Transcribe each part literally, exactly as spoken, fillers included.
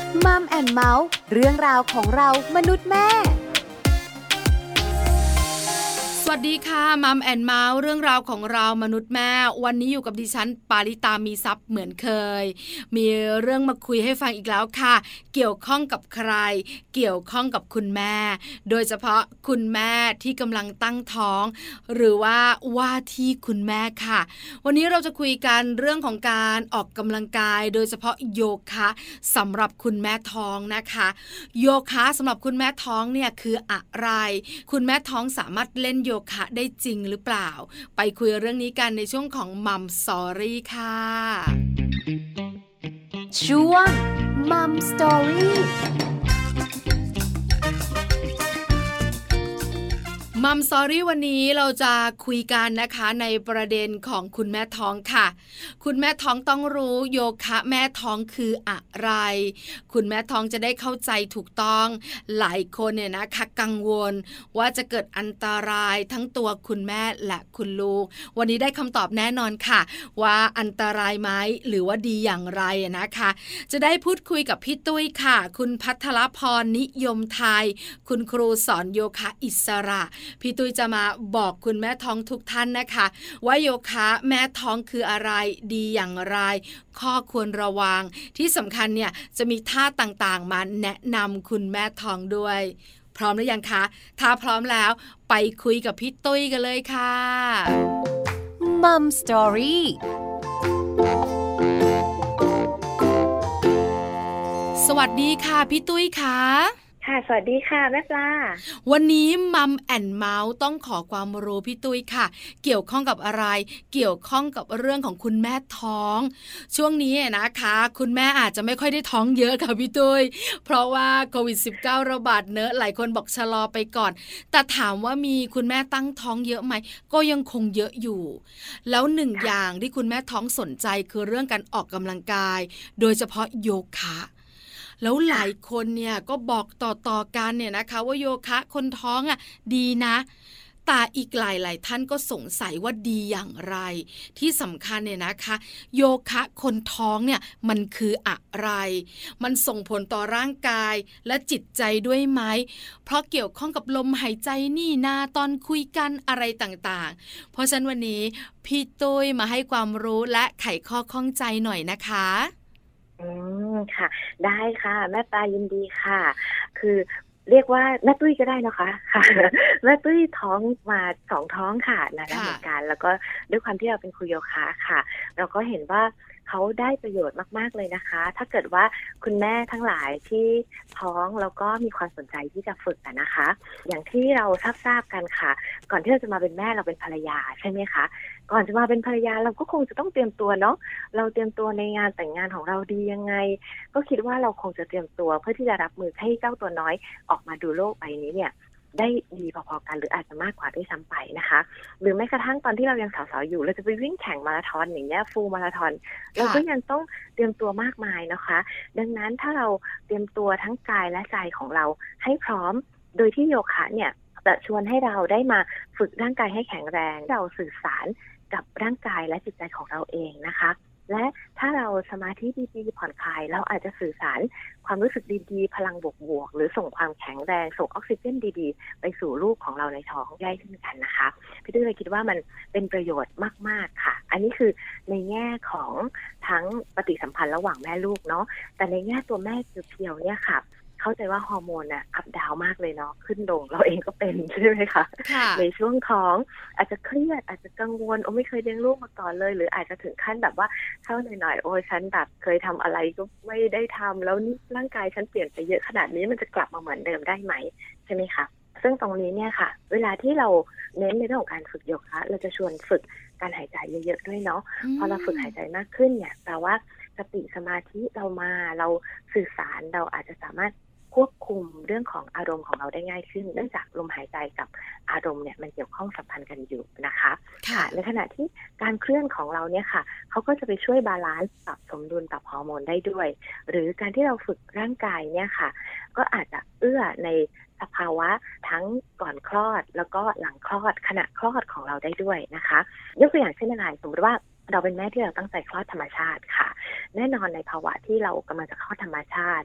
มัมแอนด์เมาส์เรื่องราวของเรามนุษย์แม่สวัสดีค่ะมัมแอนเมาส์เรื่องราวของเรามนุษย์แม่วันนี้อยู่กับดิฉันปาริตามีซัพ์เหมือนเคยมีเรื่องมาคุยให้ฟังอีกแล้วค่ะเกี่ยวข้องกับใครเกี่ยวข้องกับคุณแม่โดยเฉพาะคุณแม่ที่กำลังตั้งท้องหรือว่าว่าที่คุณแม่ค่ะวันนี้เราจะคุยกันเรื่องของการออกกำลังกายโดยเฉพาะโยคะสำหรับคุณแม่ท้องนะคะโยคะสำหรับคุณแม่ท้องเนี่ยคืออะไรคุณแม่ท้องสามารถเล่นโยคะได้จริงหรือเปล่าไปคุยเรื่องนี้กันในช่วงของมัมสอรี่ค่ะช่วงมัมสอรี่มัมสอรี่วันนี้เราจะคุยกันนะคะในประเด็นของคุณแม่ท้องค่ะคุณแม่ท้องต้องรู้โยคะแม่ท้องคืออะไรคุณแม่ท้องจะได้เข้าใจถูกต้องหลายคนเนี่ยนะคะกังวลว่าจะเกิดอันตรายทั้งตัวคุณแม่และคุณลูกวันนี้ได้คำตอบแน่นอนค่ะว่าอันตรายไหมหรือว่าดีอย่างไรนะคะจะได้พูดคุยกับพี่ตุ้ยค่ะคุณภัทรพรนิยมไทยคุณครูสอนโยคะอิสระพี่ตุ้ยจะมาบอกคุณแม่ท้องทุกท่านนะคะว่าโยคะแม่ท้องคืออะไรดีอย่างไรข้อควรระวังที่สำคัญเนี่ยจะมีท่าต่างๆมาแนะนำคุณแม่ท้องด้วยพร้อมหรือยังคะถ้าพร้อมแล้วไปคุยกับพี่ตุ้ยกันเลยค่ะมัมสอรี่สวัสดีค่ะพี่ตุ้ยค่ะค่ะสวัสดีค่ะแม่ปลาวันนี้มัมแอนเมาส์ต้องขอความรู้พี่ตุ้ยค่ะเกี่ยวข้องกับอะไรเกี่ยวข้องกับเรื่องของคุณแม่ท้องช่วงนี้นะคะคุณแม่อาจจะไม่ค่อยได้ท้องเยอะค่ะพี่ตุ้ยเพราะว่าโควิด สิบเก้า ระบาดเนอะหลายคนบอกชะลอไปก่อนแต่ถามว่ามีคุณแม่ตั้งท้องเยอะไหมก็ยังคงเยอะอยู่แล้วหนึ่งอย่างที่คุณแม่ท้องสนใจคือเรื่องการออกกำลังกายโดยเฉพาะโยคะแล้วหลายคนเนี่ยก็บอกต่อๆกันเนี่ยนะคะว่าโยคะคนท้องอ่ะดีนะแต่อีกหลายๆท่านก็สงสัยว่าดีอย่างไรที่สำคัญเนี่ยนะคะโยคะคนท้องเนี่ยมันคืออะไรมันส่งผลต่อร่างกายและจิตใจด้วยไหมเพราะเกี่ยวข้องกับลมหายใจนี่นาตอนคุยกันอะไรต่างๆเพราะฉะนั้นวันนี้พี่ตุ้ยมาให้ความรู้และไขข้อข้องใจหน่อยนะคะอืมค่ะได้ค่ะแม่ปลายินดีค่ะคือเรียกว่าแม่ตุ้ยก็ได้นะคะค่ะแม่ตุ้ยท้องมาสองท้องค่ะนะเหมือนกันแล้วก็ด้วยความที่เราเป็นครูโยคะค่ะเราก็เห็นว่าเขาได้ประโยชน์มากๆเลยนะคะถ้าเกิดว่าคุณแม่ทั้งหลายที่ท้องแล้วก็มีความสนใจที่จะฝึกนะคะอย่างที่เราทราบๆกันค่ะก่อนที่เราจะมาเป็นแม่เราเป็นภรรยาใช่ไหมคะก่อนจะมาเป็นภรรยาเราก็คงจะต้องเตรียมตัวเนาะเราเตรียมตัวในงานแต่งงานของเราดียังไงก็คิดว่าเราคงจะเตรียมตัวเพื่อที่จะรับมือให้เจ้าตัวน้อยออกมาดูโลกใบนี้เนี่ยได้ดีพอๆกันหรืออาจจะมากกว่าด้วยซ้ำไปนะคะหรือแม้กระทั่งตอนที่เรายังสาวๆอยู่เราจะไปวิ่งแข่งมาราธอนอย่างเงี้ยฟูลมาราธอนเราก็ยังต้องเตรียมตัวมากมายนะคะดังนั้นถ้าเราเตรียมตัวทั้งกายและใจของเราให้พร้อมโดยที่โยคะเนี่ยจะชวนให้เราได้มาฝึกร่างกายให้แข็งแรงเราสื่อสารกับร่างกายและจิตใจของเราเองนะคะและถ้าเราสมาธิดีๆผ่อนคลายเราอาจจะสื่อสารความรู้สึกดีๆพลังบวกๆหรือส่งความแข็งแรงส่งออกซิเจนดีๆไปสู่ลูกของเราในท้องได้เช่นกันนะคะพี่ตุ้ยเลยคิดว่ามันเป็นประโยชน์มากๆค่ะอันนี้คือในแง่ของทั้งปฏิสัมพันธ์ระหว่างแม่ลูกเนาะแต่ในแง่ตัวแม่เพียวๆเนี่ยค่ะเข้าใจว่าฮอร์โมนอะอัพดาวมากเลยเนาะขึ้นลงเราเองก็เป็นใช่ไหมคะในช่วงท้องอาจจะเครียดอาจจะกังวลโอ้ไม่เคยเลี้ยงลูกมาก่อนเลยหรืออาจจะถึงขั้นแบบว่าเข้าหน่อยๆโอ้ฉันแบบเคยทำอะไรก็ไม่ได้ทำแล้วนี่ร่างกายฉันเปลี่ยนไปเยอะขนาดนี้มันจะกลับมาเหมือนเดิมได้ไหมใช่ไหมคะซึ่งตรงนี้เนี่ยค่ะเวลาที่เราเน้นในเรื่องของการฝึกโยคะเราจะชวนฝึกการหายใจเยอะๆด้วยเนาะพอเราฝึกหายใจมากขึ้นเนี่ยแปลว่าสติสมาธิเรามาเราสื่อสารเราอาจจะสามารถควบคุมเรื่องของอารมณ์ของเราได้ง่ายขึ้นเนื่องจากลมหายใจกับอารมณ์เนี่ยมันเกี่ยวข้องสัมพันธ์กันอยู่นะคะค่ะในขณะที่การเคลื่อนของเราเนี่ยค่ะเขาก็จะไปช่วยบาลานซ์ปรับสมดุลปรับฮอร์โมนได้ด้วยหรือการที่เราฝึกร่างกายเนี่ยค่ะก็อาจจะเอื้อในสภาวะทั้งก่อนคลอดแล้วก็หลังคลอดขณะคลอดของเราได้ด้วยนะคะยกตัวอย่างเช่นอะไรสมมติว่าเราเป็นแม่ที่เราตั้งใจคลอดธรรมชาติค่ะแน่นอนในภาวะที่เรากำลังจะคลอดธรรมชาติ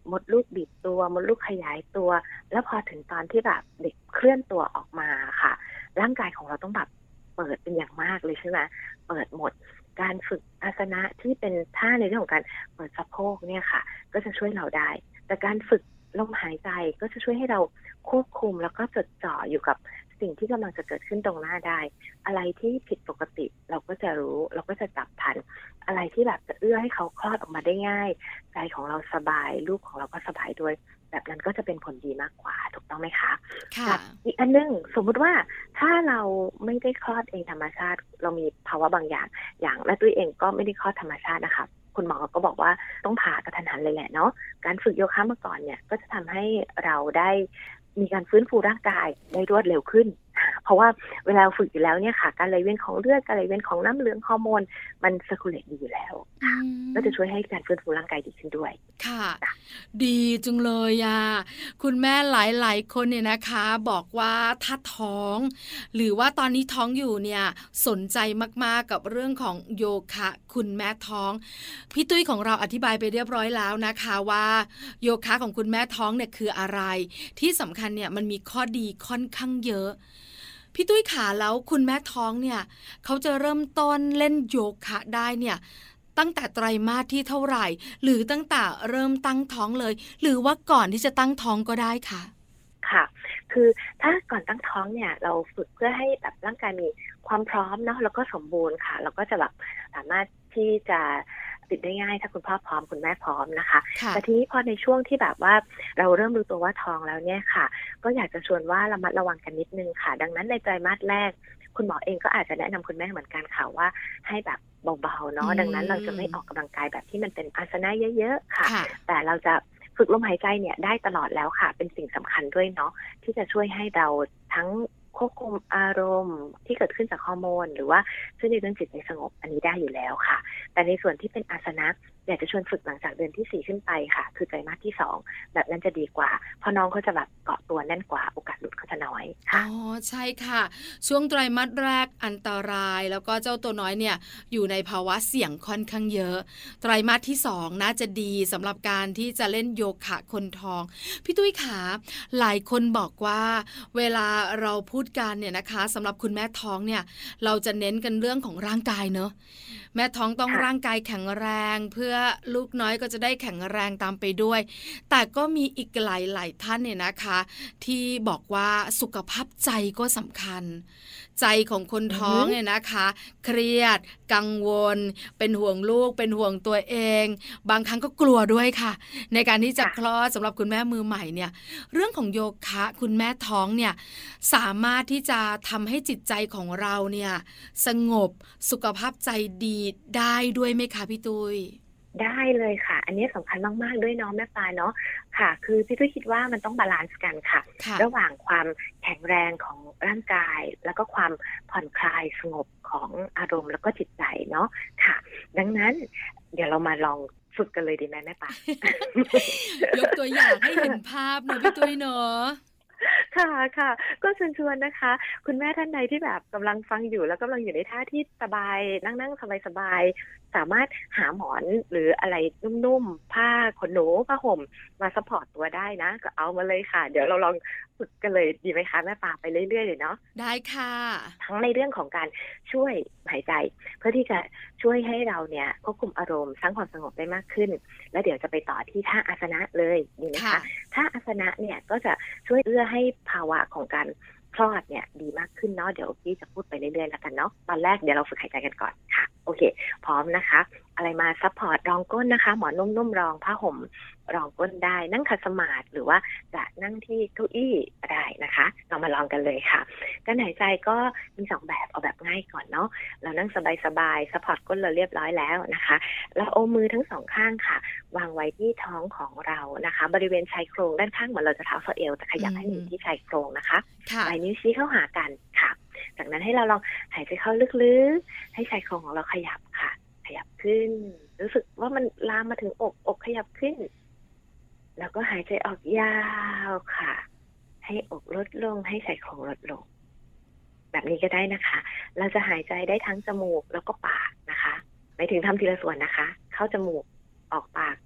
มดลูกบีบตัวมดลูกขยายตัวแล้วพอถึงตอนที่แบบเด็กเคลื่อนตัวออกมาค่ะร่างกายของเราต้องแบบเปิดเป็นอย่างมากเลยใช่ไหมเปิดหมดการฝึกอาสนะที่เป็นท่าในเรื่องของการเปิดสะโพกเนี่ยค่ะก็จะช่วยเราได้แต่การฝึกลมหายใจก็จะช่วยให้เราควบคุมแล้วก็จดจ่ออยู่กับสิ่งที่กำลังจะเกิดขึ้นตรงหน้าได้อะไรที่ผิดปกติเราก็จะรู้เราก็จะจับทันอะไรที่แบบจะเอื้อให้เขาคลอดออกมาได้ง่ายใจของเราสบายลูกของเราก็สบายด้วยแบบนั้นก็จะเป็นผลดีมากกว่าถูกต้องไหมคะค่ะอีกอันนึงสมมุติว่าถ้าเราไม่ได้คลอดเองธรรมชาติเรามีภาวะบางอย่างอย่างแม่ตุ้ยเองก็ไม่ได้คลอดธรรมชาตินะคะคุณหมอก็บอกว่าต้องผ่ากระทันหันเลยแหละเนาะการฝึกโยคะมาก่อนเนี่ยก็จะทำให้เราได้มีการฟื้นฟูร่างกายได้รวดเร็วขึ้นเพราะว่าเวลาฝึกอยู่แล้วเนี่ยค่ะการไหลเวียนของเลือดการไหลเวียนของน้ำเหลืองฮอร์โมนมันเซอร์คูลเลตดีอยู่แล้วก็จะช่วยให้การฟื้นฟูร่างกายดีขึ้นด้วยค่ะดีจังเลยอ่ะคุณแม่หลายๆคนเนี่ยนะคะบอกว่าถ้าท้องหรือว่าตอนนี้ท้องอยู่เนี่ยสนใจมากๆกับเรื่องของโยคะคุณแม่ท้องพี่ตุ้ยของเราอธิบายไปเรียบร้อยแล้วนะคะว่าโยคะของคุณแม่ท้องเนี่ยคืออะไรที่สำคัญเนี่ยมันมีข้อดีค่อนข้างเยอะพี่ตุ้ยขาแล้วคุณแม่ท้องเนี่ยเขาจะเริ่มต้นเล่นโยคะได้เนี่ยตั้งแต่ไตรมาสที่เท่าไหร่หรือตั้งแต่เริ่มตั้งท้องเลยหรือว่าก่อนที่จะตั้งท้องก็ได้ค่ะค่ะคือถ้าก่อนตั้งท้องเนี่ยเราฝึกเพื่อให้แบบร่างกายมีความพร้อมเนาะแล้วก็สมบูรณ์ค่ะเราก็จะแบบสามารถที่จะติดได้ง่ายถ้าคุณพ่อพร้อมคุณแม่พร้อมนะคะแต่ทีนี้พอในช่วงที่แบบว่าเราเริ่มรู้ตัวว่าท้องแล้วเนี่ยค่ะก็อยากจะชวนว่าระมัดระวังกันนิดนึงค่ะดังนั้นในไตรมาสแรกคุณหมอเองก็อาจจะแนะนำคุณแม่เหมือนกันค่ะว่าให้แบบเบาๆเนาะดังนั้นเราจะไม่ออกกำลังกายแบบที่มันเป็นอาสนะเยอะๆค่ะแต่เราจะฝึกลมหายใจเนี่ยได้ตลอดแล้วค่ะเป็นสิ่งสำคัญด้วยเนาะที่จะช่วยให้เราทั้งควบคุมอารมณ์ที่เกิดขึ้นจากฮอร์โมนหรือว่าช่วยในเรื่องจิตใจสงบอันนี้ได้อยู่แล้วค่ะแต่ในส่วนที่เป็นอาสนะอยากจะชวนฝึกหลังจากเดือนที่สี่ขึ้นไปค่ะคือไตรมาสที่สองแบบนั้นจะดีกว่าเพราะน้องเขาจะแบบเกาะตัวแน่นกว่าโอกาสหลุดเขาจะน้อยค่ะอ๋อใช่ค่ะช่วงไตรมาสแรกอันตรายแล้วก็เจ้าตัวน้อยเนี่ยอยู่ในภาวะเสี่ยงค่อนข้างเยอะไตรมาสที่สองน่าจะดีสำหรับการที่จะเล่นโยคะคนท้องพี่ตุ้ยขาหลายคนบอกว่าเวลาเราพูดกันเนี่ยนะคะสำหรับคุณแม่ท้องเนี่ยเราจะเน้นกันเรื่องของร่างกายเนอะแม่ท้องต้องร่างกายแข็งแรงเพื่อลูกน้อยก็จะได้แข็งแรงตามไปด้วยแต่ก็มีอีกหลายๆท่านเนี่ยนะคะที่บอกว่าสุขภาพใจก็สำคัญใจของคนท้องเนี่ยนะคะเครียดกังวลเป็นห่วงลูกเป็นห่วงตัวเองบางครั้งก็กลัวด้วยค่ะในการที่จะคลอดสำหรับคุณแม่มือใหม่เนี่ยเรื่องของโยคะคุณแม่ท้องเนี่ยสามารถที่จะทำให้จิตใจของเราเนี่ยสงบสุขภาพใจดีได้ด้วยไหมคะพี่ตุ้ยได้เลยค่ะอันนี้สำคัญมากๆด้วยเนาะแม่ปลาเนาะค่ะคือพี่ตุ้ยคิดว่ามันต้องบาลานซ์กันค่ะระหว่างความแข็งแรงของร่างกายแล้วก็ความผ่อนคลายสงบของอารมณ์แล้วก็จิตใจเนาะค่ะดังนั้นเดี๋ยวเรามาลองฝึกกันเลยดีไหมแม่ปลายกตัวอย่างให้เห็นภาพเนอะพี่ตุ้ยเนาะค่ะค่ะก็เชิญชวนนะคะคุณแม่ท่านใดที่แบบกำลังฟังอยู่แล้วกำลังอยู่ในท่าที่สบายนั่งๆสบายๆสามารถหาหมอนหรืออะไรนุ่มๆผ้าขนหนูผ้าห่มมาซัพพอร์ตตัวได้นะก็เอามาเลยค่ะเดี๋ยวเราลองฝึกกันเลยดีไหมคะแม่ปลาไปเรื่อยๆเลยเนาะได้ค่ะทั้งในเรื่องของการช่วยหายใจเพื่อที่จะช่วยให้เราเนี่ยควบคุมอารมณ์สร้างความสงบได้มากขึ้นแล้วเดี๋ยวจะไปต่อที่ท่าอาสนะเลยดีไหมคะท่าอาสนะเนี่ยก็จะช่วยเอื้อให้ภาวะของการคลอดเนี่ยดีมากขึ้นเนาะเดี๋ยวพี่จะพูดไปเรื่อยๆแล้วกันเนาะตอนแรกเดี๋ยวเราฝึกหายใจกันก่อนค่ะโอเคพร้อมนะคะอะไรมาซัพพอร์ตรองก้นนะคะหมอนนุ่มๆรองผ้าห่มรองก้นได้นั่งขัดสมาธิหรือว่าจะนั่งที่เก้าอี้ได้นะคะเรามาลองกันเลยค่ะการหายใจก็มีสองแบบเอาแบบง่ายก่อนเนาะเรานั่งสบายๆซัพพอร์ตก้นเราเรียบร้อยแล้วนะคะเราเอามือทั้งสองข้างค่ะวางไว้ที่ท้องของเรานะคะบริเวณชายโครงด้านข้างเหมือนเราจะเท้าสะเอวแต่ขยับให้อยู่ที่ชายโครงนะคะปลายนิ้วชี้เข้าหากันค่ะจากนั้นให้เราลองหายใจเข้าลึกๆให้ชายโครงของเราขยับค่ะขยับขึ้นรู้สึกว่ามันลามมาถึงอกอกขยับขึ้นแล้วก็หายใจออกยาวค่ะให้อกลดลงให้ชายโครงลดลงแบบนี้ก็ได้นะคะเราจะหายใจได้ทั้งจมูกแล้วก็ปากนะคะไม่ถึงทำทีละส่วนนะคะเข้าจมูกออกปาก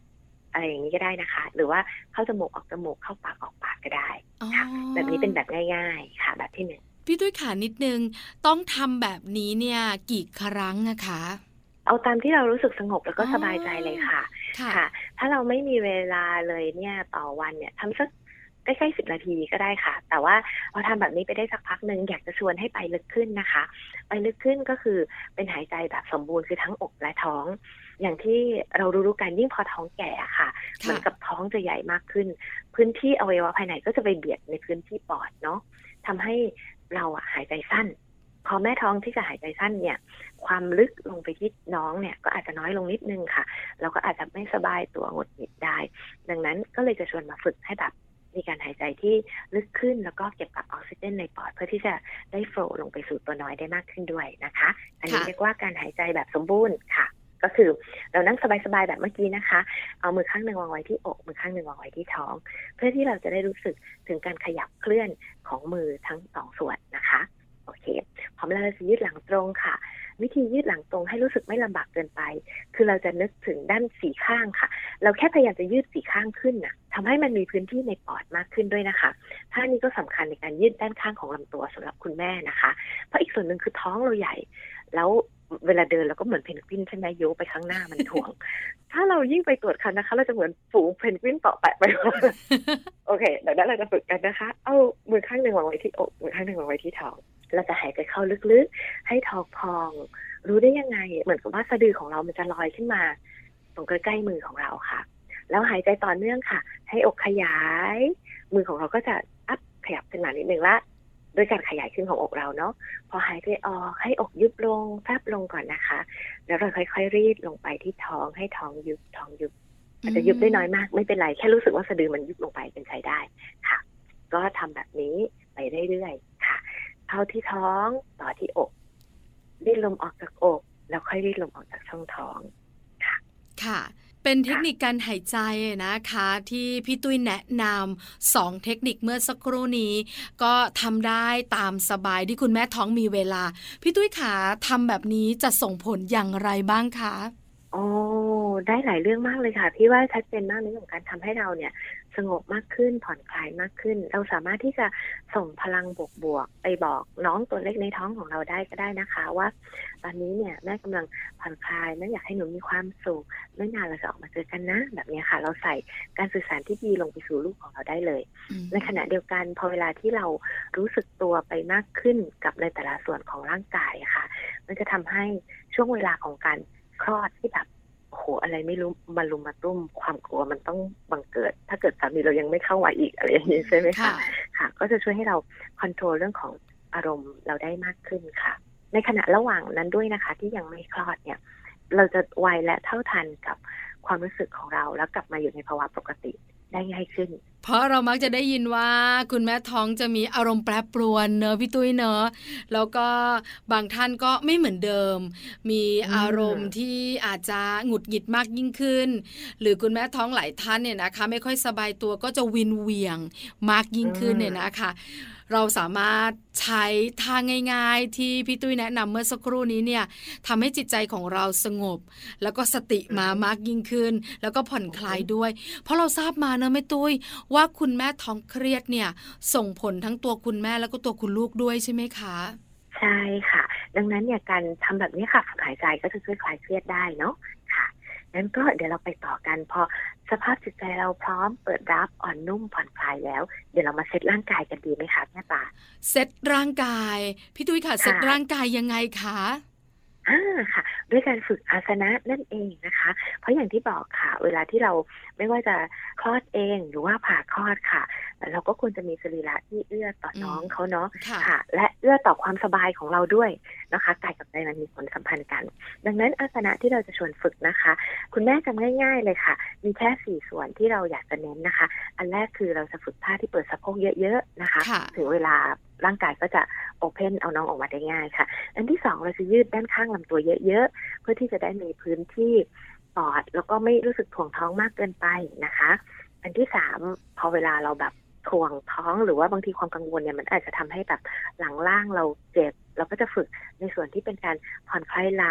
อะไรอย่างนี้ก็ได้นะคะหรือว่าเข้าจมูกออกจมูกเข้าปากออกปากก็ได้ค่ะแบบนี้เป็นแบบง่ายๆค่ะแบบที่หนึ่งพี่ตุ้ยขานิดนึงต้องทำแบบนี้เนี่ยกี่ครั้งอะคะเอาตามที่เรารู้สึกสงบแล้วก็สบายใจเลยค่ะค่ะถ้าเราไม่มีเวลาเลยเนี่ยต่อวันเนี่ยทำสักใกล้ๆสิบนาทีก็ได้ค่ะแต่ว่าพอทำแบบนี้ไปได้สักพักนึงอยากจะชวนให้ไปลึกขึ้นนะคะไปลึกขึ้นก็คือเป็นหายใจแบบสมบูรณ์คือทั้งอกและท้องอย่างที่เรารู้ๆกันยิ่งพอท้องแก่ค่ะเหมือนกับท้องจะใหญ่มากขึ้นพื้นที่อวัยวะภายในก็จะไปเบียดในพื้นที่ปอดเนาะทำให้เราอะหายใจสั้นพอแม่ท้องที่จะหายใจสั้นเนี่ยความลึกลงไปที่น้องเนี่ยก็อาจจะน้อยลงนิดนึงค่ะเราก็อาจจะไม่สบายตัวหงุดหงิดได้ดังนั้นก็เลยจะชวนมาฝึกให้แบบมีการหายใจที่ลึกขึ้นแล้วก็เก็บกับออกซิเจนในปอดเพื่อที่จะได้โฟลว์ลงไปสู่ตัวน้อยได้มากขึ้นด้วยนะคะอันนี้เรียกว่าการหายใจแบบสมบูรณ์ค่ะก็คือเรานั่งสบายๆแบบเมื่อกี้นะคะเอามือข้างหนึ่งวางไว้ที่อกมือข้างหนึ่งวางไว้ที่ท้องเพื่อที่เราจะได้รู้สึกถึงการขยับเคลื่อนของมือทั้งสองส่วนนะคะโอเคพร้อมแล้วเราจะยืดหลังตรงค่ะวิธียืดหลังตรงให้รู้สึกไม่ลำบากเกินไปคือเราจะนึกถึงด้านสี่ข้างค่ะเราแค่พยายามจะยืดสี่ข้างขึ้นน่ะทำให้มันมีพื้นที่ในปอดมากขึ้นด้วยนะคะท่านี้ก็สำคัญในการยืดด้านข้างของลำตัวสำหรับคุณแม่นะคะเพราะอีกส่วนหนึ่งคือท้องเราใหญ่แล้วเวลาเดินเราก็เหมือนเพนกวินใช่ไหมโยกไปข้างหน้ามันถ่วง ถ้าเรายิ่งไปตรวจคันนะคะเราจะเหมือนฝูงเพนกวินเปาะแปะไป โอเคเดี๋ยวนั้นเราจะฝึกกันนะคะเอามือข้างหนึ่งวางไว้ที่อกมือข้างหนึ่งวางไว้ที่ท้องเราจะหายใจเข้าลึกๆให้ท้องพองรู้ได้ยังไงเหมือนกับว่าสะดือของเรามันจะลอยขึ้นมาตรงใกล้ๆมือของเราค่ะแล้วหายใจต่อเนื่องค่ะให้อกขยายมือของเราก็จะอัพขยับขึ้นมานิดนึงละด้วยการขยายขึ้นของอกเราเนาะพอหายใจออกให้อกยุบลงแฟบลงก่อนนะคะแล้วเราค่อยๆรีดลงไปที่ท้องให้ท้องยุบท้องยุบอาจจะยุบได้น้อยมากไม่เป็นไรแค่รู้สึกว่าสะดือมันยุบลงไปเป็นใช้ได้ค่ะก็ทำแบบนี้ไปเรื่อยๆค่ะเข้าที่ท้องต่อที่อกรีดลมออกจากอกแล้วค่อยรีดลมออกจากช่องท้องค่ะค่ะเป็นเทคนิคการหายใจนะคะที่พี่ตุ้ยแนะนำสองเทคนิคเมื่อสักครู่นี้ก็ทำได้ตามสบายที่คุณแม่ท้องมีเวลาพี่ตุ้ยขาทำแบบนี้จะส่งผลอย่างไรบ้างคะโอ้ได้หลายเรื่องมากเลยค่ะพี่ว่าชัดเจนมากในเรื่องของการทำให้เราเนี่ยสงบมากขึ้นผ่อนคลายมากขึ้นเราสามารถที่จะส่งพลังบวกๆไปบอกน้องตัวเล็กในท้องของเราได้ก็ได้นะคะว่าตอนนี้เนี่ยแม่กำลังผ่อนคลายแม่อยากให้หนูมีความสุขไม่นานเราจะออกมาเจอกันนะแบบนี้ค่ะเราใส่การสื่อสารที่ดีลงไปสู่ลูกของเราได้เลยในขณะเดียวกันพอเวลาที่เรารู้สึกตัวไปมากขึ้นกับในแต่ละส่วนของร่างกายค่ะมันจะทำให้ช่วงเวลาของการคลอดที่แบบโอ้โหอะไรไม่รู้มาลุมมาตุ้มความกลัวมันต้องบังเกิดถ้าเกิดสามีเรายังไม่เข้ามาอีกอะไรอย่างนี้ใช่ไหมคะค่ะก็จะช่วยให้เราคอนโทรลเรื่องของอารมณ์เราได้มากขึ้นค่ะในขณะระหว่างนั้นด้วยนะคะที่ยังไม่คลอดเนี่ยเราจะไวและเท่าทันกับความรู้สึกของเราแล้วกลับมาอยู่ในภาวะปกติได้ง่ายขึ้นเพราะเรามักจะได้ยินว่าคุณแม่ท้องจะมีอารมณ์แปรปรวนเนอะพี่ตุ้ยเนอะแล้วก็บางท่านก็ไม่เหมือนเดิมมีอารมณ์ที่อาจจะหงุดหงิดมากยิ่งขึ้นหรือคุณแม่ท้องหลายท่านเนี่ยนะคะไม่ค่อยสบายตัวก็จะวินเหวี่ยงมากยิ่งขึ้นเนี่ยนะคะเราสามารถใช้ทางง่ายๆที่พี่ตุ้ยแนะนำเมื่อสักครู่นี้เนี่ยทำให้จิตใจของเราสงบแล้วก็สติมามากยิ่งขึ้นแล้วก็ผ่อนคลายด้วยเพราะเราทราบมาเนอะแม่ตุ้ยว่าคุณแม่ท้องเครียดเนี่ยส่งผลทั้งตัวคุณแม่แล้วก็ตัวคุณลูกด้วยใช่ไหมคะใช่ค่ะดังนั้นเนี่ยการทำแบบนี้ค่ะฝึกหายใจก็จะช่วยคลายเครียดได้เนาะค่ะงั้นก็เดี๋ยวเราไปต่อกันพอสภาพจิตใจเราพร้อมเปิดรับอ่อนนุ่มผ่อนคลายแล้วเดี๋ยวเรามาเซตร่างกายกันดีไหมคะแม่ปาเซตร่างกายพี่ตุ้ยค่ะเซตร่างกายยังไงคะอ่าค่ะด้วยการฝึกอาสนะนั่นเองนะคะเพราะอย่างที่บอกค่ะเวลาที่เราไม่ว่าจะคลอดเองหรือว่าผ่าคลอดค่ะเราก็ควรจะมีสรีระที่เอื้อต่อน้องเขาเนาะค่ะและเอื้อต่อความสบายของเราด้วยนะคะกายกับใจมันมีผลสัมพันธ์กันดังนั้นอาสนะที่เราจะชวนฝึกนะคะคุณแม่จำง่ายๆเลยค่ะมีแค่สี่ส่วนที่เราอยากจะเน้นนะคะอันแรกคือเราจะฝึกท่าที่เปิดสะโพกเยอะๆนะคะถึงเวลาร่างกายก็จะโอเพนเอาน้องออกมาได้ง่ายค่ะอันที่สองเราจะยืดด้านข้างลำตัวเยอะๆเพื่อที่จะได้มีพื้นที่ปอดแล้วก็ไม่รู้สึกถ่วงท้องมากเกินไปนะคะอันที่สามพอเวลาเราแบบถ่วงท้องหรือว่าบางทีความกังวลเนี่ยมันอาจจะทำให้แบบหลังล่างเราเจ็บเราก็จะฝึกในส่วนที่เป็นการผ่อนคลายหลัง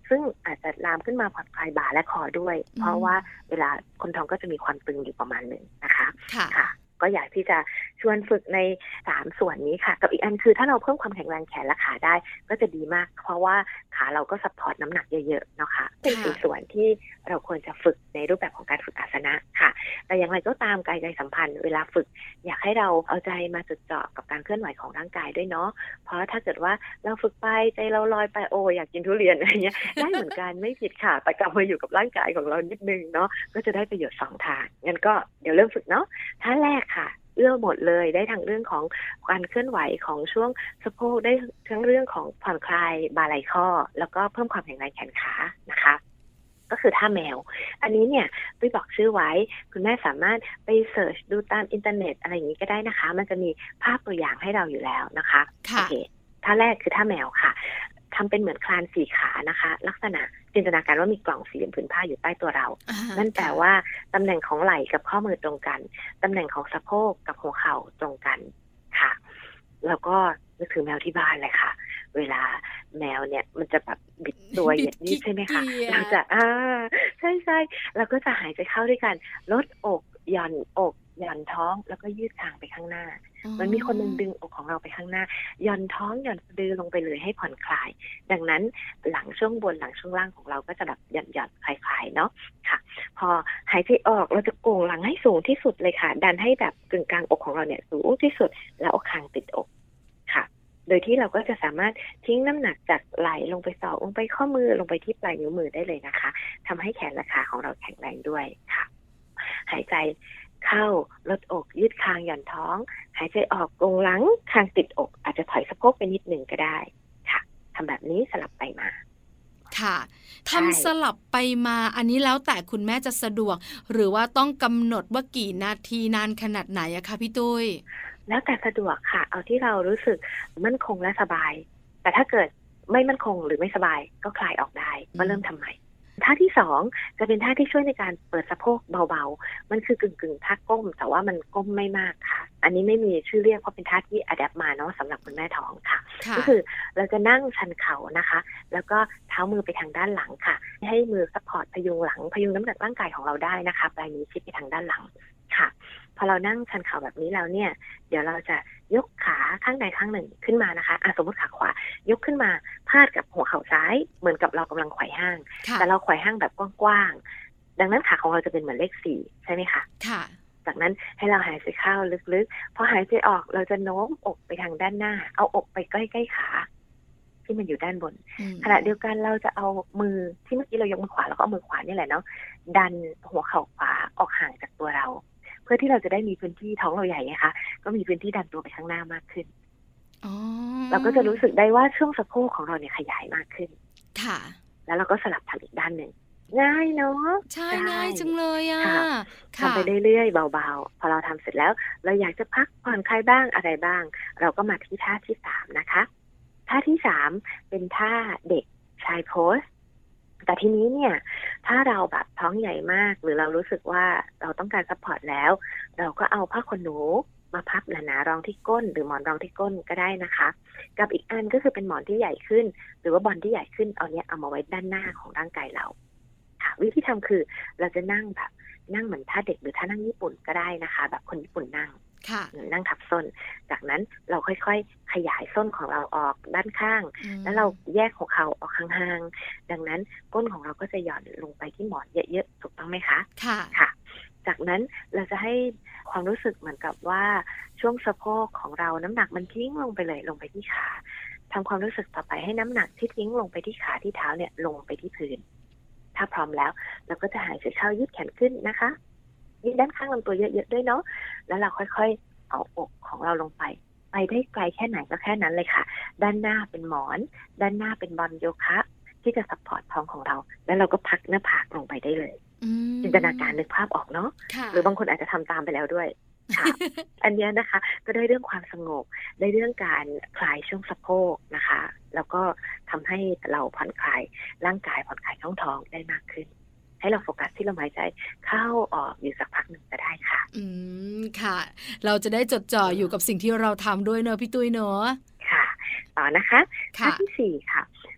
ซึ่งอาจจะลามขึ้นมาผ่อนคลายบ่าและคอด้วย เพราะว่าเวลาคนท้องก็จะมีความตึงอยู่ประมาณหนึ่งนะคะค่ะก็อยากที่จะชวนฝึกในสามส่วนนี้ค่ะกับอีกอันคือถ้าเราเพิ่มความแข็งแรงแขนและขาได้ก็จะดีมากเพราะว่าขาเราก็ซัพพอร์ตน้ำหนักเยอะๆนะคะเป็นสี่ส่วนที่เราควรจะฝึกในรูปแบบของการฝึกอาสนะค่ะแต่อย่างไรก็ตามกายใจสัมพันธ์เวลาฝึกอยากให้เราเอาใจมาจดจ่อกับการเคลื่อนไหวของร่างกายด้วยเนาะเพราะถ้าเกิดว่าเราฝึกไปใจเราลอยไปโอ้อยากกินทุเรียนอะไรเงี้ยได้เหมือนกันไม่ผิดค่ะแต่กลับมาอยู่กับร่างกายของเรานิดนึงเนาะก็จะได้ประโยชน์สองทางงั้นก็เดี๋ยวเริ่มฝึกเนาะท่าแรกค่ะเอื้อหมดเลยได้ทั้งเรื่องของการเคลื่อนไหวของช่วงสะโพกได้ทั้งเรื่องของผ่อนคลายบ่าไหล่ข้อแล้วก็เพิ่มความแข็งแรงแขนขานะคะก็คือท่าแมวอันนี้เนี่ยตุ้ยบอกชื่อไว้คุณแม่สามารถไปเสิร์ชดูตามอินเทอร์เน็ตอะไรอย่างนี้ก็ได้นะคะมันจะมีภาพตัวอย่างให้เราอยู่แล้วนะคะโอเคท่าแรกคือท่าแมวค่ะทำเป็นเหมือนคลานสี่ขานะคะลักษณะจินตนาการว่ามีกล่องสี่เหลี่ยมผืนผ้าอยู่ใต้ตัวเรานั่นแปลว่าตำแหน่งของไหล่กับข้อมือตรงกันตำแหน่งของสะโพกกับหัวเข่าตรงกันค่ะแล้วก็นึกถึงแมวที่บ้านเลยค่ะเวลาแมวเนี่ยมันจะแบบบิดตัวเหยียดยืดใช่ไหมคะเราจะอ่าใช่ใช่เราก็จะหายใจเข้าด้วยกันลดอกหย่อนอกหย่อนท้องแล้วก็ยืดคางไปข้างหน้ามันมีคนนึงดึงอกของเราไปข้างหน้าหย่อนท้องหย่อนสะดือลงไปเลยให้ผ่อนคลายดังนั้นหลังช่วงบนหลังช่วงล่างของเราก็จะแบบหย่อนหย่อนคลายๆเนาะค่ะพอหายใจออกเราจะโก่งหลังให้สูงที่สุดเลยค่ะดันให้แบบกึ่งกลางอกของเราเนี่ยสูงที่สุดแล้วเอาคางติดอกค่ะโดยที่เราก็จะสามารถทิ้งน้ำหนักจากไหล่ลงไปศอกลงไปข้อมือลงไปที่ปลายนิ้วมือได้เลยนะคะทำให้แขนและขาของเราแข็งแรงด้วยค่ะหายใจเข้าลดอกยืดคางหย่อนท้องหายใจออกโก่งหลังคางติดอกอาจจะถอยสะโพกไปนิดหนึ่งก็ได้ค่ะทำแบบนี้สลับไปมาค่ะทำสลับไปมาอันนี้แล้วแต่คุณแม่จะสะดวกหรือว่าต้องกำหนดว่ากี่นาทีนานขนาดไหนอะคะพี่ตุ้ยแล้วแต่สะดวกค่ะเอาที่เรารู้สึกมั่นคงและสบายแต่ถ้าเกิดไม่มั่นคงหรือไม่สบายก็คลายออกได้ก็เริ่มทำใหม่ท่าที่สองจะเป็นท่าที่ช่วยในการเปิดสะโพกเบาๆมันคือกึ่งๆท่าก้มแต่ว่ามันก้มไม่มากค่ะอันนี้ไม่มีชื่อเรียกเพราะเป็นท่าที่อะแดปมาเนาะสำหรับคุณแม่ท้องค่ะก็คือเราจะนั่งชันเข่านะคะแล้วก็เท้ามือไปทางด้านหลังค่ะให้มือซัพพอร์ตพยุงหลังพยุงน้ำหนักร่างกายของเราได้นะคะปลายนิ้วชี้ไปทางด้านหลังค่ะพอเรานั่งชันเข่าแบบนี้แล้วเนี่ยเดี๋ยวเราจะยกขาข้างใดข้างหนึ่งขึ้นมานะคะอ่ะสมมติขาขวายกขึ้นมาพาดกับหัวเข่าซ้ายเหมือนกับเรากำลังไขว่ห้างแต่เราไขว่ห้างแบบกว้างๆดังนั้นขาของเราจะเป็นเหมือนเลขสี่ใช่ไหมคะค่ะจากนั้นให้เราหายใจเข้าลึกๆพอหายใจออกเราจะโน้มอกไปทางด้านหน้าเอาอกไปใกล้ๆขาที่มันอยู่ด้านบนขณะเดียวกันเราจะเอามือที่เมื่อกี้เรายกมือขวาแล้วก็เอามือขวานี่แหละเนาะดันหัวเข่าขวาออกห่างจากตัวเราเพื่อที่เราจะได้มีพื้นที่ท้องเราใหญ่ไงคะก็มีพื้นที่ดันตัวไปข้างหน้ามากขึ้นเราก็จะรู้สึกได้ว่าช่วงสะโพกของเราเนี่ยขยายมากขึ้นค่ะแล้วเราก็สลับทำอีกด้านหนึ่งง่ายเนาะใช่ง่ายจังเลยอ่ะทำไปเรื่อยๆเบาๆพอเราทำเสร็จแล้วเราอยากจะพักผ่อนคลายบ้างอะไรบ้างเราก็มาที่ท่าที่สามนะคะท่าที่สามเป็นท่าเด็กชายโพสแต่ทีนี้เนี่ยถ้าเราแบบท้องใหญ่มากหรือเรารู้สึกว่าเราต้องการซัพพอร์ตแล้วเราก็เอาผ้าขนหนูมาพับหนาๆรองที่ก้นหรือหมอนรองที่ก้นก็ได้นะคะกับอีกอันก็คือเป็นหมอนที่ใหญ่ขึ้นหรือว่าบอลที่ใหญ่ขึ้นเอาเนี้ยเอามาไว้ด้านหน้าของร่างกายเราค่ะวิธีทำคือเราจะนั่งแบบนั่งเหมือนท่าเด็กหรือท่านั่งญี่ปุ่นก็ได้นะคะแบบคนญี่ปุ่นนั่งนั่งทับส้นจากนั้นเราค่อยๆขยายส้นของเราออกด้านข้างแล้วเราแยกหัวเข่าออกห่างๆดังนั้นก้นของเราก็จะหย่อนลงไปที่หมอนเยอะๆถูกต้องไหมคะค่ะค่ะจากนั้นเราจะให้ความรู้สึกเหมือนกับว่าช่วงสะโพกของเราน้ำหนักมันทิ้งลงไปเลยลงไปที่ขาทำความรู้สึกต่อไปให้น้ำหนักที่ทิ้งลงไปที่ขาที่เท้าเนี่ยลงไปที่พื้นถ้าพร้อมแล้วเราก็จะหายใจเข้ายืดแขนขึ้นนะคะยืดด้านข้างลำตัวเยอะๆด้วยเนาะแล้วเราค่อยๆเอาอกของเราลงไปไปได้ไกลแค่ไหนก็แค่นั้นเลยค่ะด้านหน้าเป็นหมอนด้านหน้าเป็นบอลโยคะที่จะซัพพอร์ตท้องของเราแล้วเราก็พักหน้าผากลงไปได้เลยจินตนาการนึกภาพออกเนาะหรือบางคนอาจจะทำตามไปแล้วด้วย อันนี้นะคะก็ได้เรื่องความสงบได้เรื่องการคลายช่วงสะโพกนะคะแล้วก็ทำให้เราผ่อนคลายร่างกายผ่อนคลายท้องท้องได้มากขึ้นให้เราโฟกัสที่ลมหายใจเข้าออกอยู่สักพักหนึ่งก็ได้ค่ะอืมค่ะเราจะได้จดจ่ออยู่กับสิ่งที่เราทำด้วยเนอะพี่ตุ้ยเนอะค่ะต่อนะคะท่าที่สี่ค่ะ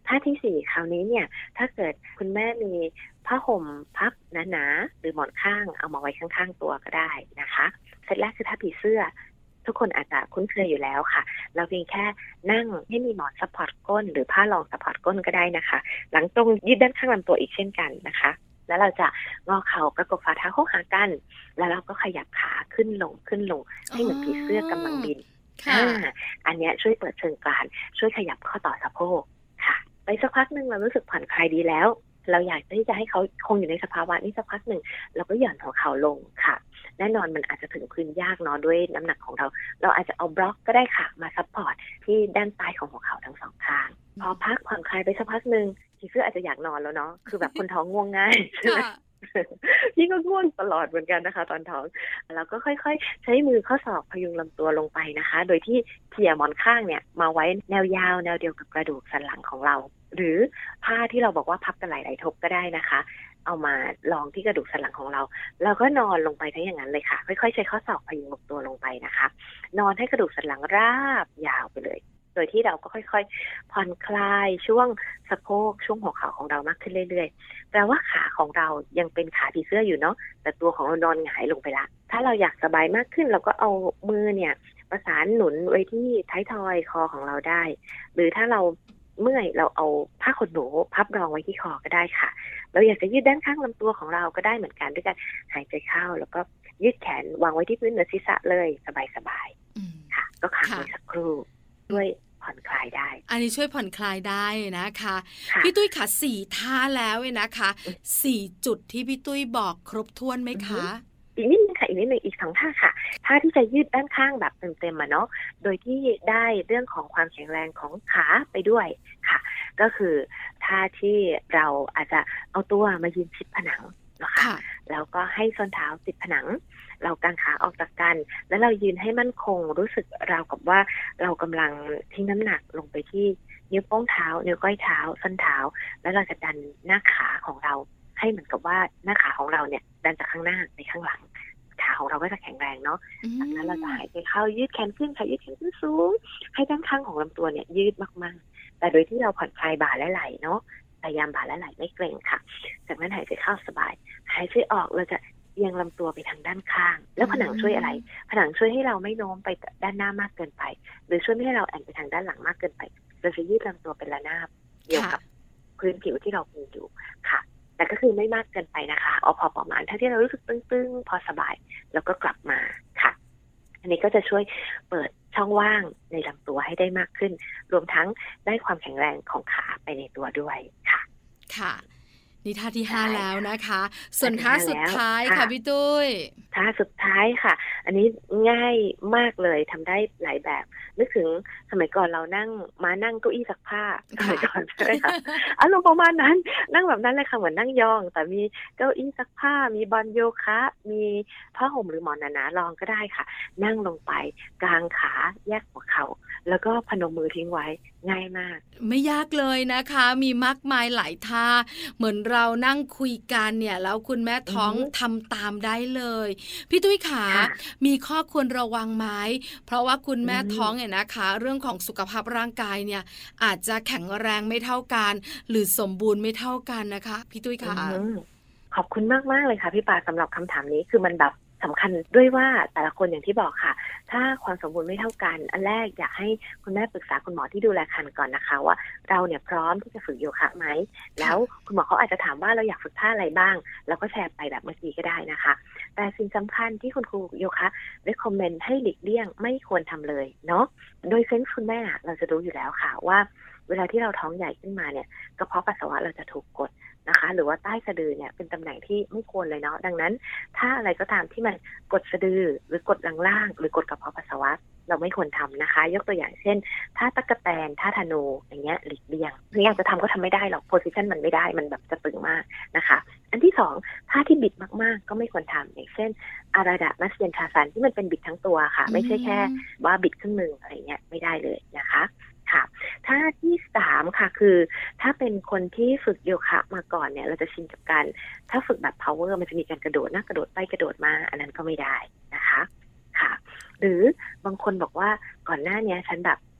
ท่าที่สี่คราวนี้เนี่ยถ้าเกิดคุณแม่มีผ้าห่มพับหนาๆหรือหมอนข้างเอามาไว้ข้างๆตัวก็ได้นะคะเซตแรกคือท่าผีเสื้อทุกคนอาจจะคุ้นเคยอยู่แล้วค่ะเราเพียงแค่นั่งให้มีหมอนซัพพอร์ตก้นหรือผ้ารองซัพพอร์ตก้นก็ได้นะคะหลังตรงยืดด้านข้างลำตัวอีกเช่นกันนะคะแล้วเราจะงอเข่าประกบฝ่าเท้าเข้าหากันแล้วเราก็ขยับขาขึ้นลงขึ้นลงให้เหมือนผีเสื้อกำลังบินอ่าอันนี้ช่วยเปิดเชิงกรานช่วยขยับข้อต่อสะโพกค่ะไปสักพักหนึ่งเรารู้สึกผ่อนคลายดีแล้วเราอยากที่จะให้เขาคงอยู่ในสภาวะนี้สักพักหนึ่งเราก็หย่อนหัวเข่าลงค่ะแน่นอนมันอาจจะถึงพื้นยากเนาะด้วยน้ำหนักของเราเราอาจจะเอาบล็อกก็ได้ค่ะมาซัพพอร์ตที่ด้านใต้ของหัวเข่าทั้งสองข้างพอพักผ่อนคลายไปสักพักหนึ่งผีเสื้ออาจจะอยากนอนแล้วเนาะคือแบบคนท้องง่วงง่ายใช่ไหมพี่ก็ง่วงตลอดเหมือนกันนะคะตอนท้องแล้วก็ค่อยๆใช้มือข้อศอกพยุงลำตัวลงไปนะคะโดยที่เขี่ยหมอนข้างเนี่ยมาไว้แนวยาวแนวเดียวกับกระดูกสันหลังของเราหรือผ้าที่เราบอกว่าพับกันหลายๆทบก็ได้นะคะเอามาลองที่กระดูกสันหลังของเราแล้วก็นอนลงไปทั้งอย่างนั้นเลยค่ะค่อยๆใช้ข้อศอกพยุงลำตัวลงไปนะคะนอนให้กระดูกสันหลังราบยาวไปเลยโดยที่เราก็ค่อยๆผ่อนคลายช่วงสะโพกช่วงหัวเข่าของเรามากขึ้นเรื่อยๆแปลว่าขาของเรายังเป็นขาผีเสื้ออยู่เนาะแต่ตัวของเรานอนหงายลงไปละถ้าเราอยากสบายมากขึ้นเราก็เอามือเนี่ยประสานหนุนไว้ที่ท้ายทอยคอของเราได้หรือถ้าเราเมื่อยเราเอาผ้าขนหนูพับรองไว้ที่คอก็ได้ค่ะเราอยากจะยืดด้านข้างลำตัวของเราก็ได้เหมือนกันด้วยการหายใจเข้าแล้วก็ยืดแขนวางไว้ที่พื้นเหนือศีรษะเลยสบายๆค่ะก็ค้างไว้สักครู่ด้วยผ่อนคลายได้อันนี้ช่วยผ่อนคลายได้นะคะพี่ตุ้ยค่ะสี่ท่าแล้วเนี่ยนะคะสี่จุดที่พี่ตุ้ยบอกครบถ้วนไหมคะอีกนิดนึงค่ะอีกนิดนึงอีกสองท่าค่ะท่าที่จะยืดด้านข้างแบบเต็มๆอ่ะเนาะโดยที่ได้เรื่องของความแข็งแรงของขาไปด้วยค่ะก็คือท่าที่เราอาจจะเอาตัวมายืนชิดผนังนะคะแล้วก็ให้ส้นเท้าติดผนังเรากางขาออกจากกันแล้วเรายืนให้มั่นคงรู้สึกราวกับว่าเรากำลังทิ้งน้ำหนักลงไปที่นิ้วโป้งเท้านิ้วก้อยเท้าส้นเท้าแล้วเราจะดันหน้าขาของเราให้เหมือนกับว่าหน้าขาของเราเนี่ยดันจากข้างหน้าไปข้างหลังขาของเราก็จะแข็งแรงเนาะจากนั้นเราจะหายใจเข้ายืดแขนขึ้นค่ะยืดแขนขึ้นสูงให้ด้านข้างของลำตัวเนี่ยยืดมากๆแต่โดยที่เราผ่อนคลายบ่าและไหล่เนาะพยายามบ่าและไหล่ไม่เกร็งค่ะจากนั้นหายใจเข้าสบายหายใจออกเราจะเอียงลำตัวไปทางด้านข้างแล้วผนังช่วยอะไรผนังช่วยให้เราไม่โน้มไปด้านหน้ามากเกินไปหรือช่วยไม่ให้เราแอนไปทางด้านหลังมากเกินไปเราจะยืดลำตัวเป็นระนาบเดียวกับพื้นผิวที่เรามีอยู่ค่ะแต่ก็คือไม่มากเกินไปนะคะเอาพอประมาณถ้าที่เรารู้สึกตึงๆพอสบายแล้วก็กลับมาค่ะอันนี้ก็จะช่วยเปิดช่องว่างในลำตัวให้ได้มากขึ้นรวมทั้งได้ความแข็งแรงของขาไปในตัวด้วยค่ะค่ะนี่ท่าที่ห้าแล้วนะคะส่วนท่าสุดท้ายค่ะพี่ตุ้ยท่าสุดท้ายค่ะอันนี้ง่ายมากเลยทำได้หลายแบบนึกถึงสมัยก่อนเรานั่งมานั่งเก้าอี้ซักผ้าสมัยก่อนใช่ไหมคะอารมณ์ประมาณนั้นนั่งแบบนั้นเลยค่ะเหมือนนั่งยองแต่มีเก้าอี้ซักผ้ามีบอลโยคะมีผ้าห่มหรือหมอนหนาๆรองก็ได้ค่ะนั่งลงไปกางขาแยกหัวเข่าแล้วก็พนมมือทิ้งไว้ง่ายมากไม่ยากเลยนะคะมีมากมายหลายท่าเหมือนเรานั่งคุยกันเนี่ยแล้วคุณแม่ท้องทำตามได้เลยพี่ตุ้ยขามีข้อควรระวังไหมเพราะว่าคุณแม่ท้องเนี่ยนะคะเรื่องของสุขภาพร่างกายเนี่ยอาจจะแข็งแรงไม่เท่ากันหรือสมบูรณ์ไม่เท่ากันนะคะพี่ตุ้ยขาขอบคุณมากมากเลยค่ะพี่ปาสำหรับคำถามนี้คือมันแบบสำคัญด้วยว่าแต่ละคนอย่างที่บอกค่ะถ้าความสมบูรณ์ไม่เท่ากันอันแรกอยากให้คุณแม่ปรึกษาคุณหมอที่ดูแลครรภ์ก่อนนะคะว่าเราเนี่ยพร้อมที่จะฝึกโยคะไหมแล้วคุณหมอเขาอาจจะถามว่าเราอยากฝึกท่าอะไรบ้างเราก็แชร์ไปแบบเมื่อกี้ก็ได้นะคะแต่สิ่งสำคัญที่คุณครูโยคะได้คอมเมนต์ให้หลีกเลี่ยงไม่ควรทำเลยเนาะโดยเซนส์คุณแม่เราจะรู้อยู่แล้วค่ะว่าเวลาที่เราท้องใหญ่ขึ้นมาเนี่ยกระเพาะปัสสาวะเราจะถูกกดนะคะหรือว่าใต้สะดือเนี่ยเป็นตำแหน่งที่ไม่ควรเลยเนาะดังนั้นถ้าอะไรก็ตามที่มันกดสะดือหรือกดล่างๆหรือกดกระเพาะปัสสาวะเราไม่ควรทำนะคะยกตัวอย่างเช่นท่าตะกะแตนท่าธนูอย่างเงี้ยหลีกเลี่ยงหรืออยากจะทำก็ทำไม่ได้หรอกโพสิชันมันไม่ได้มันแบบจะตึงมากนะคะอันที่สองท่าที่บิดมากๆก็ไม่ควรทำอย่างเช่นอาราดะมัสเยนชาซันที่มันเป็นบิดทั้งตัวค่ะไม่ใช่แค่ว่าบิดครึ่งนึงอะไรเงี้ยไม่ได้เลยนะคะค่ะท่าที่สามค่ะคือถ้าเป็นคนที่ฝึกโยคะมาก่อนเนี่ยเราจะชินกับการถ้าฝึกแบบ power มันจะมีการกระโดดนะกระโดดไปกระโดดมาอันนั้นก็ไม่ได้นะคะค่ะหรือบางคนบอกว่าก่อนหน้านี้ฉันแบบ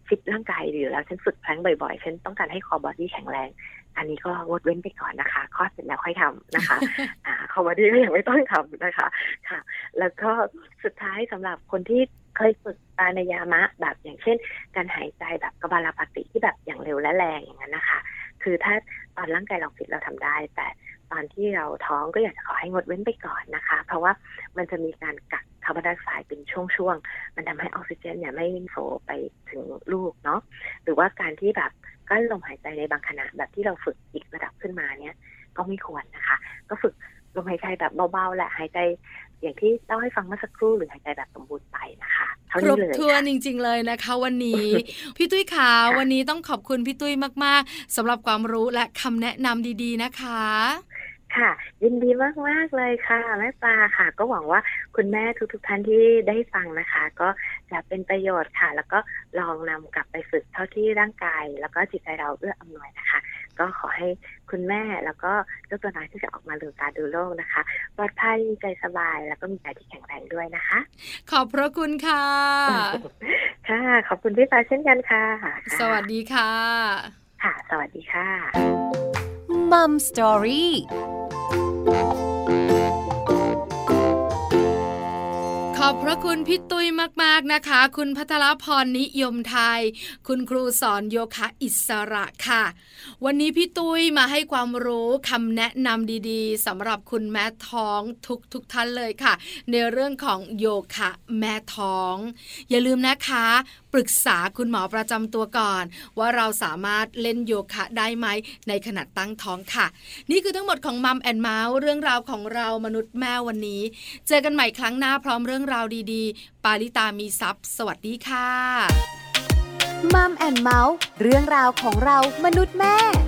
ฟิตร่างกายอยู่แล้วฉันฝึกแพลงบ่อยๆฉันต้องการให้คอบอดี้แข็งแรงอันนี้ก็งดเว้นไปก่อนนะคะคลอดเสร็จแล้วค่อยทำนะคะ อ่าคอบอดี้ก็ยังไม่ต้องทำนะคะค่ะแล้วก็สุดท้ายสำหรับคนที่เคยฝึกปรานายามะแบบอย่างเช่นการหายใจแบบกบาลาปาติที่แบบอย่างเร็วและแรงอย่างนั้นนะคะคือถ้าตอนร่างกายเราฟิตเราทำได้แต่ตอนที่เราท้องก็อยากจะขอให้งดเว้นไปก่อนนะคะเพราะว่ามันจะมีการกักคาร์บอนไดออกไซด์เป็นช่วงๆมันทำให้ออกซิเจนเนี่ยไม่โฟลว์ไปถึงลูกเนาะหรือว่าการที่แบบกั้นลมหายใจในบางขณะแบบที่เราฝึกอีกระดับขึ้นมาเนี่ยก็ไม่ควรนะคะก็ฝึกลมหายใจแบบเบาๆแหละหายใจอย่างที่เล่าให้ฟังเมื่อสักครู่หรือหายใจแบบสมบูรณ์ไปนะคะเท่านี้เลยครบถ้วนจริงๆเลยนะคะวันนี้ พี่ตุ้ยขาวันนี้ต้องขอบคุณพี่ตุ้ยมากๆสำหรับความรู้และคำแนะนำดีๆนะคะค่ะยินดีมากๆเลยค่ะแม่ปลาค่ะก็หวังว่าคุณแม่ทุกๆท่านที่ได้ฟังนะคะก็จะเป็นประโยชน์ค่ะแล้วก็ลองนำกลับไปฝึกเท่าที่ร่างกายแล้วก็จิตใจเราเอื้ออำนวยนะคะก็ขอให้คุณแม่แล้วก็เจ้าตัวน้อยที่จะออกมาลืมตาดูโลกนะคะปลอดภัยใจสบายแล้วก็มีใจที่แข็งแรงด้วยนะคะขอบพระคุณค่ะค่ะขอบคุณพี่ปลาเช่นกันค่ะสวัสดีค่ะค่ะสวัสดีค่ะ Mum Story ขอบพระคุณพี่ตุ้ยมากๆนะคะคุณภัทรพรนิยมไทยคุณครูสอนโยคะอิสระค่ะวันนี้พี่ตุ้ยมาให้ความรู้คำแนะนำดีๆสำหรับคุณแม่ท้องทุกๆท่านเลยค่ะในเรื่องของโยคะแม่ท้องอย่าลืมนะคะปรึกษาคุณหมอประจำตัวก่อนว่าเราสามารถเล่นโยคะได้ไหมในขณะตั้งท้องค่ะนี่คือทั้งหมดของมัมแอนด์เมาส์เรื่องราวของเรามนุษย์แม่วันนี้เจอกันใหม่ครั้งหน้าพร้อมเรื่องราวดีๆปาริตามีซัพ์สวัสดีค่ะมัมแอนด์เมาส์เรื่องราวของเรามนุษย์แม่